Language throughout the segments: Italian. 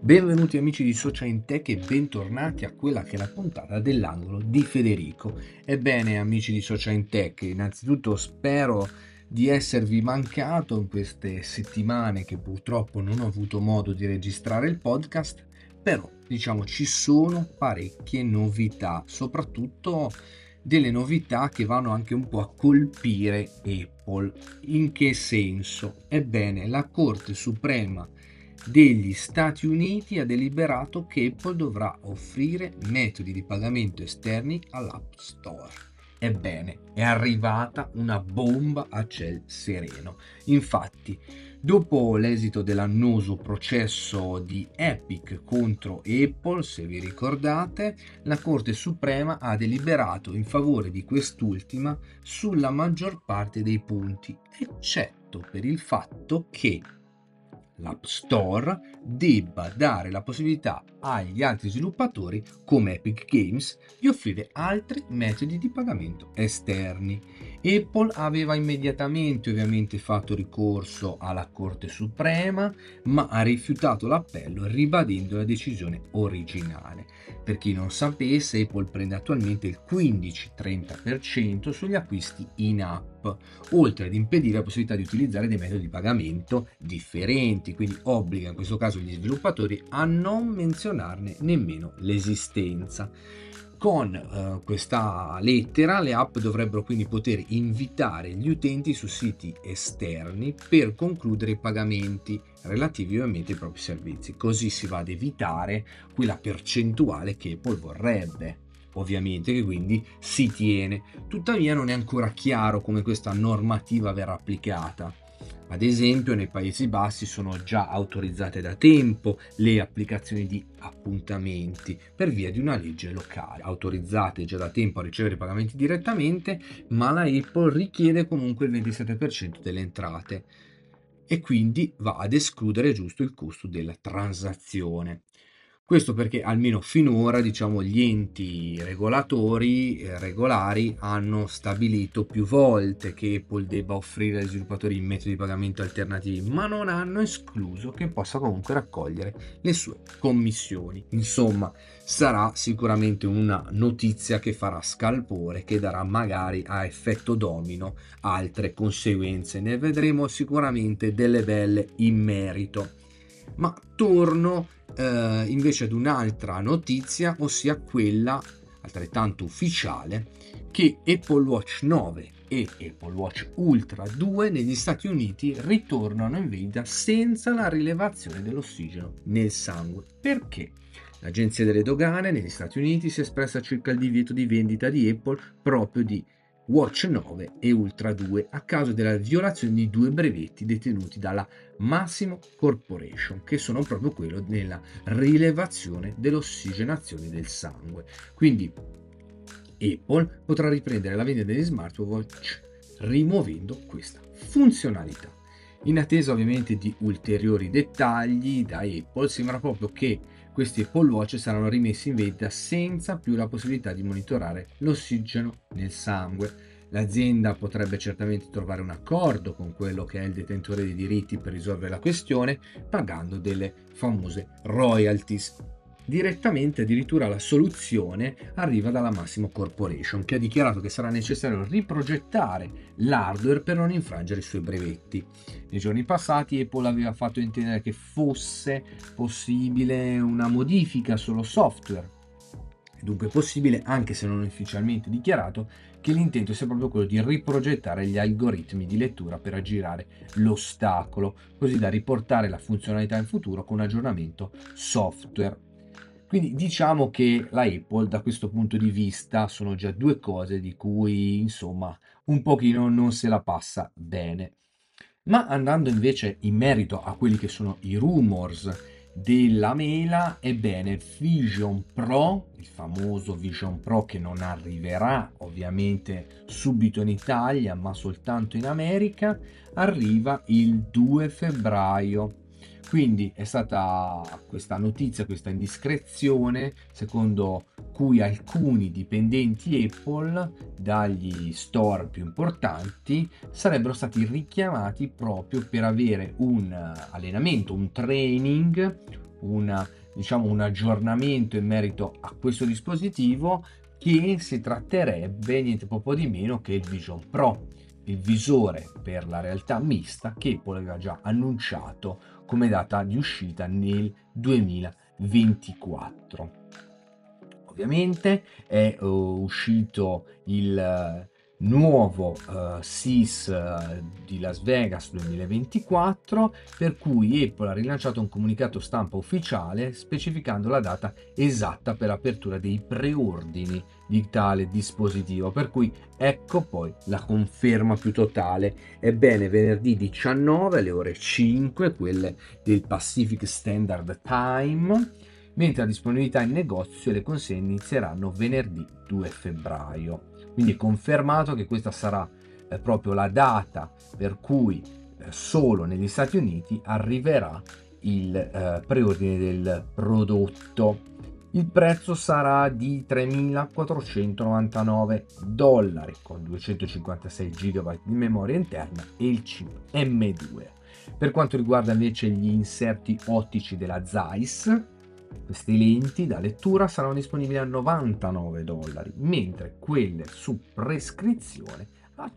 Benvenuti amici di Social in Tech e bentornati a quella che è la puntata dell'angolo di Federico. Ebbene amici di Social in Tech, innanzitutto spero di esservi mancato in queste settimane che purtroppo non ho avuto modo di registrare il podcast, però diciamo ci sono parecchie novità, soprattutto delle novità che vanno anche un po' a colpire Apple. In che senso? Ebbene, la Corte Suprema degli Stati Uniti ha deliberato che Apple dovrà offrire metodi di pagamento esterni all'App Store. Ebbene, è arrivata una bomba a ciel sereno. Infatti, dopo l'esito dell'annoso processo di Epic contro Apple, se vi ricordate, la Corte Suprema ha deliberato in favore di quest'ultima sulla maggior parte dei punti, eccetto per il fatto che l'App Store debba dare la possibilità agli altri sviluppatori, come Epic Games, di offrire altri metodi di pagamento esterni. Apple aveva immediatamente ovviamente fatto ricorso alla Corte Suprema, ma ha rifiutato l'appello ribadendo la decisione originale. Per chi non sapesse, Apple prende attualmente il 15-30% sugli acquisti in app, oltre ad impedire la possibilità di utilizzare dei metodi di pagamento differenti, quindi obbliga in questo caso gli sviluppatori a non menzionarne nemmeno l'esistenza. Con questa lettera le app dovrebbero quindi poter invitare gli utenti su siti esterni per concludere i pagamenti relativi ovviamente ai propri servizi, così si va ad evitare quella percentuale che Apple vorrebbe, ovviamente, che quindi si tiene. Tuttavia non è ancora chiaro come questa normativa verrà applicata. Ad esempio, nei Paesi Bassi sono già autorizzate da tempo le applicazioni di appuntamenti per via di una legge locale, autorizzate già da tempo a ricevere i pagamenti direttamente, ma la Apple richiede comunque il 27% delle entrate e quindi va ad escludere giusto il costo della transazione. Questo perché almeno finora, diciamo, gli enti regolatori regolari hanno stabilito più volte che Apple debba offrire agli sviluppatori metodi di pagamento alternativi, ma non hanno escluso che possa comunque raccogliere le sue commissioni. Insomma, sarà sicuramente una notizia che farà scalpore, che darà magari a effetto domino altre conseguenze. Ne vedremo sicuramente delle belle in merito. Ma torno invece ad un'altra notizia, ossia quella altrettanto ufficiale che Apple Watch 9 e Apple Watch Ultra 2 negli Stati Uniti ritornano in vendita senza la rilevazione dell'ossigeno nel sangue. Perché? L'Agenzia delle Dogane negli Stati Uniti si è espressa circa il divieto di vendita di Apple proprio di Watch 9 e Ultra 2 a causa della violazione di due brevetti detenuti dalla Masimo Corporation, che sono proprio quello della rilevazione dell'ossigenazione del sangue. Quindi Apple potrà riprendere la vendita degli smartwatch rimuovendo questa funzionalità. In attesa ovviamente di ulteriori dettagli da Apple, sembra proprio che questi Apple Watch saranno rimessi in vendita senza più la possibilità di monitorare l'ossigeno nel sangue. L'azienda potrebbe certamente trovare un accordo con quello che è il detentore dei diritti per risolvere la questione, pagando delle famose royalties. Direttamente addirittura la soluzione arriva dalla Massimo Corporation, che ha dichiarato che sarà necessario riprogettare l'hardware per non infrangere i suoi brevetti. Nei giorni passati Apple aveva fatto intendere che fosse possibile una modifica solo software. È dunque possibile, anche se non ufficialmente dichiarato, che l'intento sia proprio quello di riprogettare gli algoritmi di lettura per aggirare l'ostacolo, così da riportare la funzionalità in futuro con aggiornamento software. Quindi diciamo che la Apple da questo punto di vista sono già due cose di cui insomma un pochino non se la passa bene. Ma andando invece in merito a quelli che sono i rumors della mela, ebbene Vision Pro, il famoso Vision Pro che non arriverà ovviamente subito in Italia ma soltanto in America, arriva il 2 febbraio. Quindi è stata questa notizia, questa indiscrezione, secondo cui alcuni dipendenti Apple dagli store più importanti sarebbero stati richiamati proprio per avere un allenamento, un training diciamo, un aggiornamento in merito a questo dispositivo, che si tratterebbe niente poco di meno che il Vision Pro, il visore per la realtà mista che Apple aveva già annunciato come data di uscita nel 2024. Ovviamente è uscito il nuovo CES di Las Vegas 2024, per cui Apple ha rilanciato un comunicato stampa ufficiale specificando la data esatta per l'apertura dei preordini di tale dispositivo, per cui ecco poi la conferma più totale. Ebbene, venerdì 19 alle ore 5, quelle del Pacific Standard Time, mentre la disponibilità in negozio e le consegne inizieranno venerdì 2 febbraio. Quindi è confermato che questa sarà proprio la data per cui solo negli Stati Uniti arriverà il preordine del prodotto. Il prezzo sarà di $3.499 con 256 GB di memoria interna e il chip M2. Per quanto riguarda invece gli inserti ottici della Zeiss, queste lenti da lettura saranno disponibili a $99, mentre quelle su prescrizione a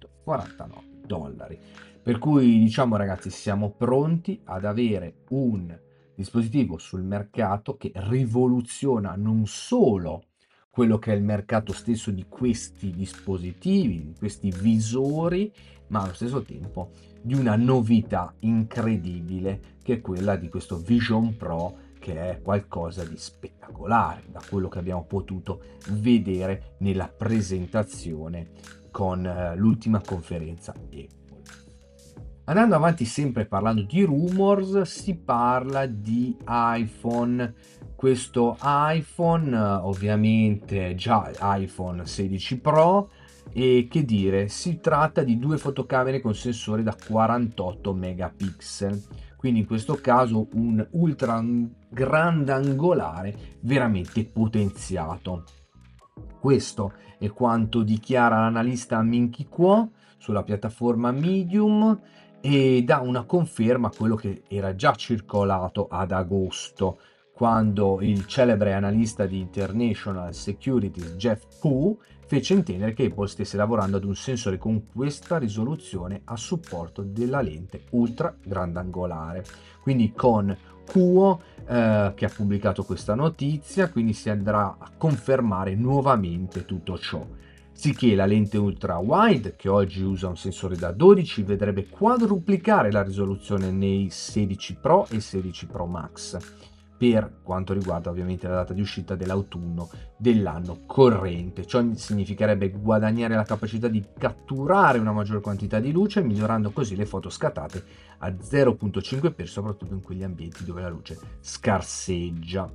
$149. Per cui diciamo, ragazzi, siamo pronti ad avere un dispositivo sul mercato che rivoluziona non solo quello che è il mercato stesso di questi dispositivi, di questi visori, ma allo stesso tempo di una novità incredibile che è quella di questo Vision Pro, che è qualcosa di spettacolare da quello che abbiamo potuto vedere nella presentazione con l'ultima conferenza Apple. Andando avanti, sempre parlando di rumors, si parla di iPhone. Questo iPhone, ovviamente già iPhone 16 Pro, e che dire, si tratta di due fotocamere con sensore da 48 megapixel, quindi in questo caso un ultra grandangolare veramente potenziato. Questo è quanto dichiara l'analista Minky Kuo sulla piattaforma Medium, e dà una conferma a quello che era già circolato ad agosto, quando il celebre analista di International Securities Jeff Hu fece intendere che Apple stesse lavorando ad un sensore con questa risoluzione a supporto della lente ultra grandangolare. Quindi con Kuo che ha pubblicato questa notizia, quindi si andrà a confermare nuovamente tutto ciò. Sicché la lente ultra wide, che oggi usa un sensore da 12, vedrebbe quadruplicare la risoluzione nei 16 Pro e 16 Pro Max, per quanto riguarda ovviamente la data di uscita dell'autunno dell'anno corrente. Ciò significherebbe guadagnare la capacità di catturare una maggior quantità di luce, migliorando così le foto scattate a 0.5x, soprattutto in quegli ambienti dove la luce scarseggia.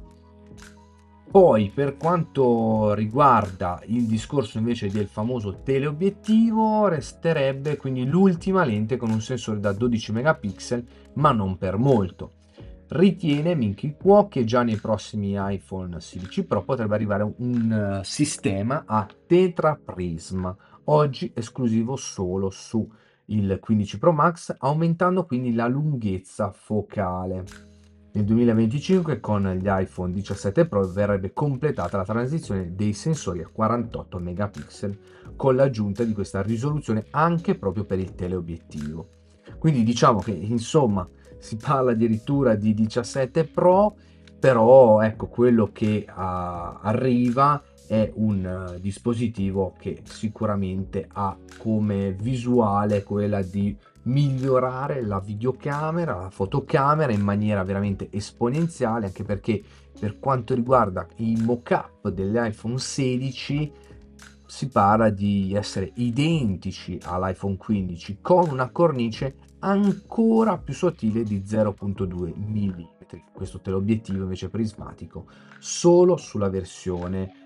Poi, per quanto riguarda il discorso invece del famoso teleobiettivo, resterebbe quindi l'ultima lente con un sensore da 12 megapixel, ma non per molto. Ritiene Minky Kuo che già nei prossimi iPhone 16 Pro potrebbe arrivare un sistema a tetraprisma, oggi esclusivo solo su il 15 Pro Max, aumentando quindi la lunghezza focale. Nel 2025 con gli iPhone 17 Pro verrebbe completata la transizione dei sensori a 48 megapixel, con l'aggiunta di questa risoluzione anche proprio per il teleobiettivo. Quindi diciamo che insomma si parla addirittura di 17 Pro, però ecco, quello che arriva è un dispositivo che sicuramente ha come visuale quella di migliorare la videocamera, la fotocamera in maniera veramente esponenziale, anche perché per quanto riguarda i mock-up dell'iPhone 16 si parla di essere identici all'iPhone 15 con una cornice ancora più sottile di 0.2 mm. Questo teleobiettivo invece prismatico solo sulla versione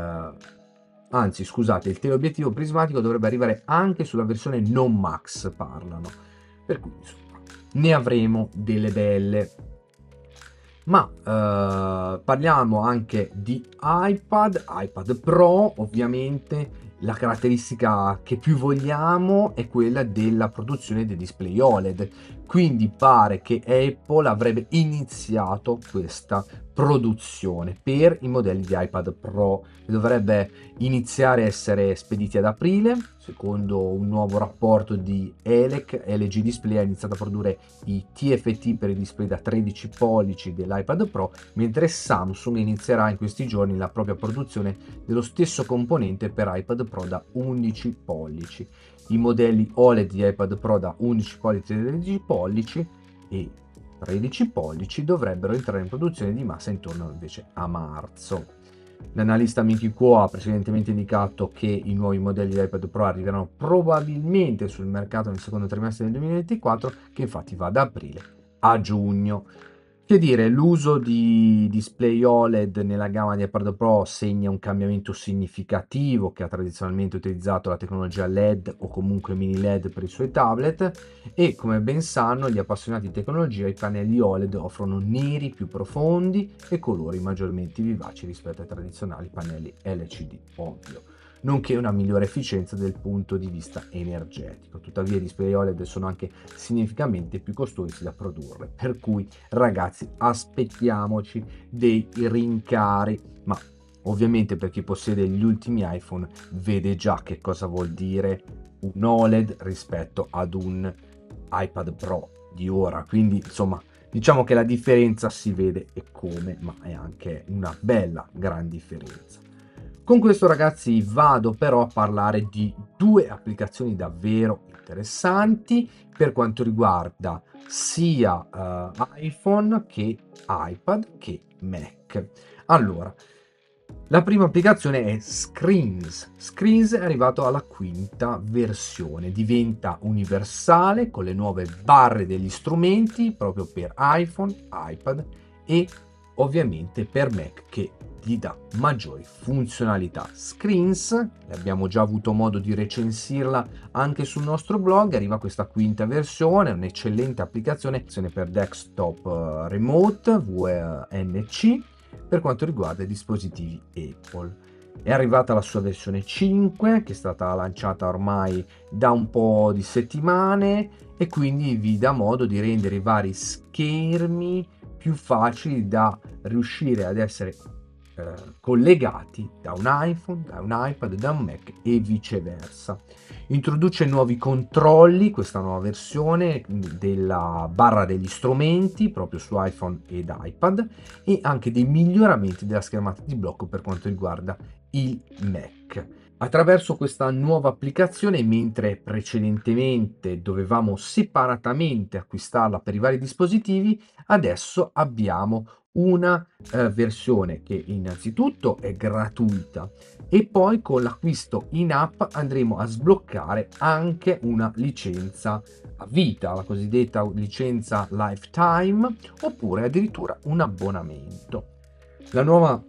anzi scusate, il teleobiettivo prismatico dovrebbe arrivare anche sulla versione non max, parlano, per cui insomma ne avremo delle belle. Ma parliamo anche di iPad Pro. Ovviamente la caratteristica che più vogliamo è quella della produzione dei display OLED, quindi pare che Apple avrebbe iniziato questa produzione per i modelli di iPad Pro e dovrebbe iniziare a essere spediti ad aprile. Secondo un nuovo rapporto di ELEC, LG Display ha iniziato a produrre i TFT per i display da 13 pollici dell'iPad Pro, mentre Samsung inizierà in questi giorni la propria produzione dello stesso componente per iPad Pro da 11 pollici. I modelli OLED di iPad Pro da 11 pollici e 13 pollici e 13 pollici dovrebbero entrare in produzione di massa intorno invece a marzo. L'analista Miki Kuo ha precedentemente indicato che i nuovi modelli di iPad Pro arriveranno probabilmente sul mercato nel secondo trimestre del 2024, che infatti va da aprile a giugno. Che dire, l'uso di display OLED nella gamma di iPad Pro segna un cambiamento significativo che ha tradizionalmente utilizzato la tecnologia LED o comunque mini LED per i suoi tablet, e come ben sanno gli appassionati di tecnologia, i pannelli OLED offrono neri più profondi e colori maggiormente vivaci rispetto ai tradizionali pannelli LCD, ovvio, nonché una migliore efficienza dal punto di vista energetico. Tuttavia i display OLED sono anche significativamente più costosi da produrre, per cui ragazzi aspettiamoci dei rincari, ma ovviamente per chi possiede gli ultimi iPhone vede già che cosa vuol dire un OLED rispetto ad un iPad Pro di ora, quindi insomma diciamo che la differenza si vede e come, ma è anche una bella gran differenza. Con questo ragazzi vado però a parlare di due applicazioni davvero interessanti per quanto riguarda sia iPhone che iPad che Mac. Allora, la prima applicazione è Screens. Screens è arrivato alla quinta versione, diventa universale con le nuove barre degli strumenti proprio per iPhone, iPad e ovviamente per Mac, che gli dà maggiori funzionalità. Screens, abbiamo già avuto modo di recensirla anche sul nostro blog, arriva questa quinta versione, un'eccellente applicazione per desktop remote VNC per quanto riguarda i dispositivi Apple. È arrivata la sua versione 5 che è stata lanciata ormai da un po' di settimane e quindi vi dà modo di rendere i vari schermi più facili da riuscire ad essere collegati da un iPhone, da un iPad, da un Mac e viceversa. Introduce nuovi controlli, questa nuova versione della barra degli strumenti proprio su iPhone ed iPad, e anche dei miglioramenti della schermata di blocco per quanto riguarda il Mac. Attraverso questa nuova applicazione, mentre precedentemente dovevamo separatamente acquistarla per i vari dispositivi, adesso abbiamo una versione che innanzitutto è gratuita e poi con l'acquisto in app andremo a sbloccare anche una licenza a vita, la cosiddetta licenza lifetime, oppure addirittura un abbonamento. La nuova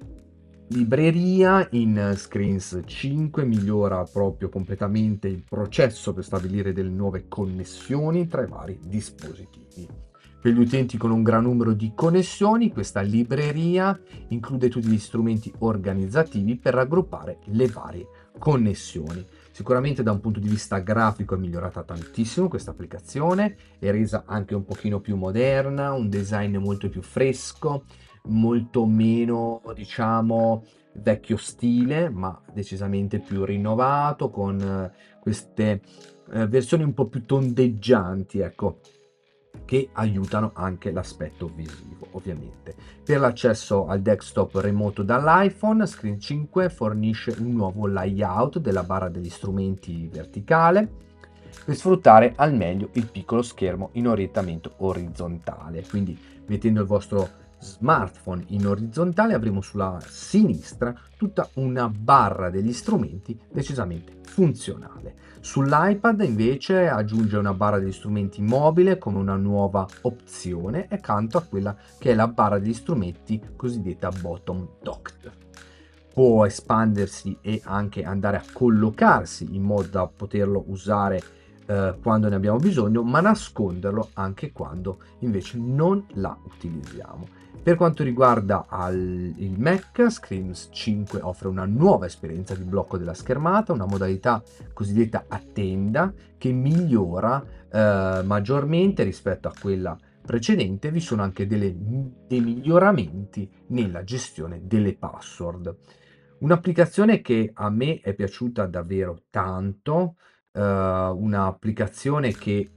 libreria in Screens 5 migliora proprio completamente il processo per stabilire delle nuove connessioni tra i vari dispositivi. Per gli utenti con un gran numero di connessioni, questa libreria include tutti gli strumenti organizzativi per raggruppare le varie connessioni. Sicuramente da un punto di vista grafico è migliorata tantissimo questa applicazione, è resa anche un pochino più moderna, un design molto più fresco, molto meno, diciamo, vecchio stile, ma decisamente più rinnovato, con queste versioni un po' più tondeggianti, ecco, che aiutano anche l'aspetto visivo, ovviamente. Per l'accesso al desktop remoto dall'iPhone, Screen 5 fornisce un nuovo layout della barra degli strumenti verticale per sfruttare al meglio il piccolo schermo in orientamento orizzontale. Quindi, mettendo il vostro smartphone in orizzontale, avremo sulla sinistra tutta una barra degli strumenti decisamente funzionale. Sull'iPad invece aggiunge una barra degli strumenti mobile come una nuova opzione accanto a quella che è la barra degli strumenti cosiddetta bottom docked. Può espandersi e anche andare a collocarsi in modo da poterlo usare quando ne abbiamo bisogno, ma nasconderlo anche quando invece non la utilizziamo. Per quanto riguarda il Mac, Screams 5 offre una nuova esperienza di blocco della schermata, una modalità cosiddetta a tenda che migliora maggiormente rispetto a quella precedente. Vi sono anche dei miglioramenti nella gestione delle password. Un'applicazione che a me è piaciuta davvero tanto, un'applicazione che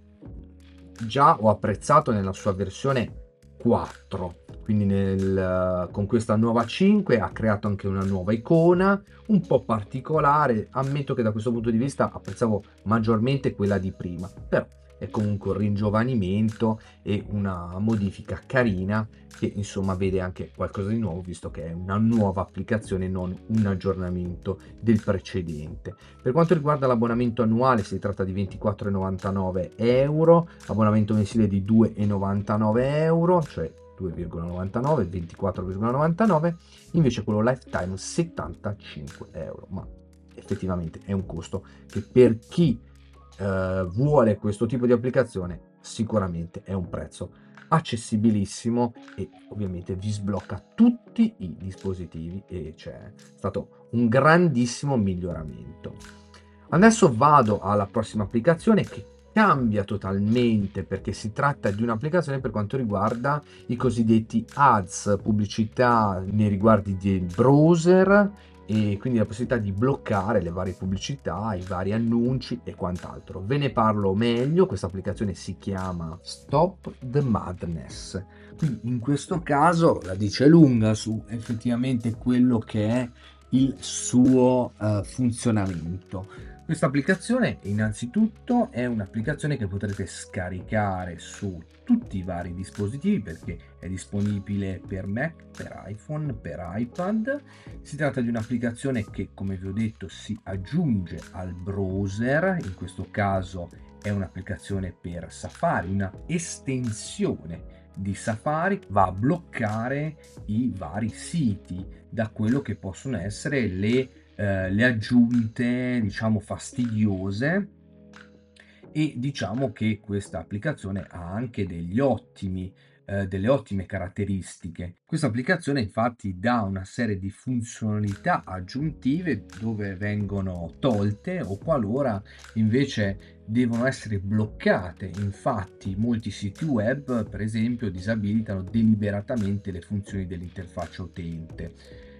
già ho apprezzato nella sua versione 4, quindi con questa nuova 5 ha creato anche una nuova icona un po' particolare. Ammetto che da questo punto di vista apprezzavo maggiormente quella di prima, però è comunque un ringiovanimento e una modifica carina che insomma vede anche qualcosa di nuovo, visto che è una nuova applicazione, non un aggiornamento del precedente. Per quanto riguarda l'abbonamento annuale, si tratta di 24,99 euro, abbonamento mensile di 2,99 euro, cioè 2,99, 24,99, invece quello lifetime 75 euro, ma effettivamente è un costo che per chi vuole questo tipo di applicazione sicuramente è un prezzo accessibilissimo e ovviamente vi sblocca tutti i dispositivi e c'è stato un grandissimo miglioramento. Adesso vado alla prossima applicazione che cambia totalmente, perché si tratta di un'applicazione per quanto riguarda i cosiddetti ads, pubblicità nei riguardi del browser, e quindi la possibilità di bloccare le varie pubblicità, i vari annunci e quant'altro. Ve ne parlo meglio. Questa applicazione si chiama Stop the Madness. Quindi in questo caso la dice lunga su effettivamente quello che è il suo funzionamento. Questa applicazione innanzitutto è un'applicazione che potrete scaricare su tutti i vari dispositivi, perché è disponibile per Mac, per iPhone, per iPad. Si tratta di un'applicazione che, come vi ho detto, si aggiunge al browser. In questo caso è un'applicazione per Safari, una estensione di Safari, va a bloccare i vari siti da quello che possono essere le aggiunte, diciamo, fastidiose. E diciamo che questa applicazione ha anche delle ottime caratteristiche. Questa applicazione infatti dà una serie di funzionalità aggiuntive dove vengono tolte o qualora invece devono essere bloccate. Infatti molti siti web, per esempio, disabilitano deliberatamente le funzioni dell'interfaccia utente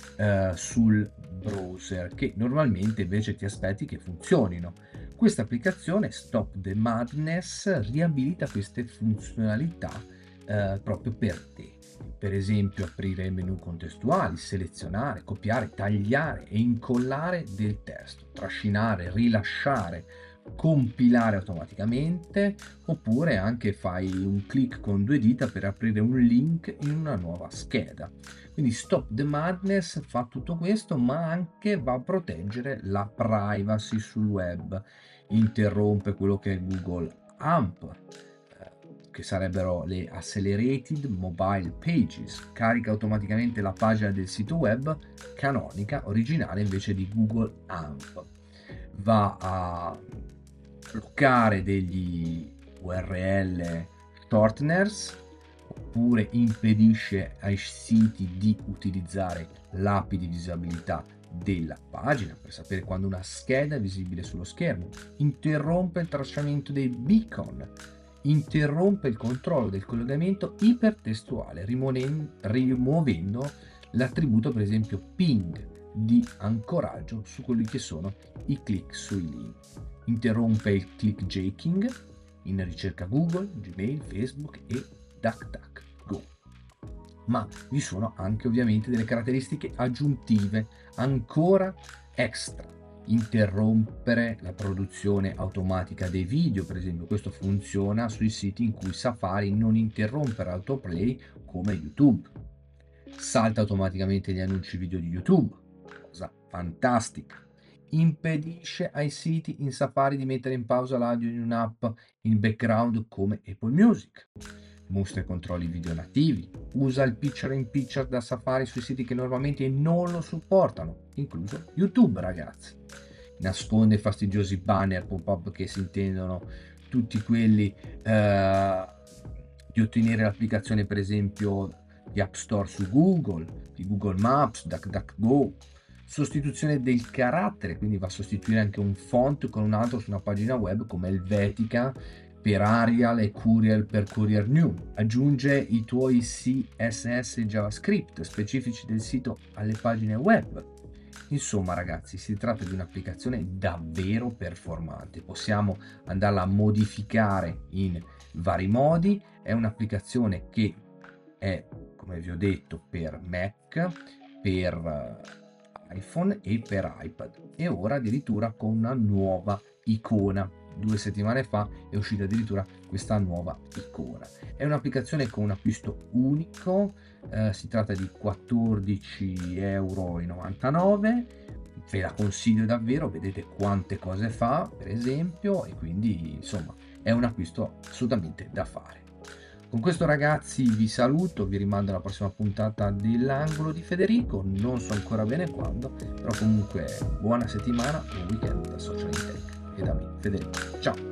sul browser, che normalmente invece ti aspetti che funzionino. Questa applicazione Stop the Madness riabilita queste funzionalità proprio per te. Per esempio aprire menu contestuali, selezionare, copiare, tagliare e incollare del testo, trascinare, rilasciare, compilare automaticamente, oppure anche fai un clic con due dita per aprire un link in una nuova scheda. Quindi Stop the Madness fa tutto questo, ma anche va a proteggere la privacy sul web. Interrompe quello che è Google AMP, che sarebbero le Accelerated Mobile Pages, carica automaticamente la pagina del sito web canonica originale invece di Google AMP, va a bloccare degli URL shorteners, oppure impedisce ai siti di utilizzare l'API di visibilità della pagina per sapere quando una scheda è visibile sullo schermo, interrompe il tracciamento dei beacon, interrompe il controllo del collegamento ipertestuale, rimuovendo l'attributo per esempio ping di ancoraggio su quelli che sono i click sui link. Interrompe il clickjacking in ricerca Google, Gmail, Facebook e DuckDuckGo. Ma vi sono anche ovviamente delle caratteristiche aggiuntive ancora extra. Interrompere la produzione automatica dei video, per esempio. Questo funziona sui siti in cui Safari non interrompe l'autoplay come YouTube. Salta automaticamente gli annunci video di YouTube, cosa fantastica. Impedisce ai siti in Safari di mettere in pausa l'audio in un'app in background come Apple Music. Mostra i controlli video nativi, usa il picture in picture da Safari sui siti che normalmente non lo supportano, incluso YouTube, ragazzi. Nasconde fastidiosi banner pop-up che si intendono tutti quelli di ottenere l'applicazione per esempio di App Store su Google, di Google Maps, DuckDuckGo, sostituzione del carattere, quindi va a sostituire anche un font con un altro su una pagina web come Helvetica per Arial e Curiel per Courier New. Aggiunge i tuoi CSS e JavaScript specifici del sito alle pagine web. Insomma ragazzi, si tratta di un'applicazione davvero performante, possiamo andarla a modificare in vari modi, è un'applicazione che è, come vi ho detto, per Mac, per iPhone e per iPad, e ora addirittura con una nuova icona. 2 settimane fa è uscita addirittura questa nuova icona. È un'applicazione con un acquisto unico, si tratta di 14,99 €. Ve la consiglio davvero, vedete quante cose fa per esempio, e quindi insomma è un acquisto assolutamente da fare. Con questo ragazzi vi saluto, vi rimando alla prossima puntata dell'angolo di Federico, non so ancora bene quando, però comunque buona settimana, buon weekend da Social in Tech e da me Federico. Ciao!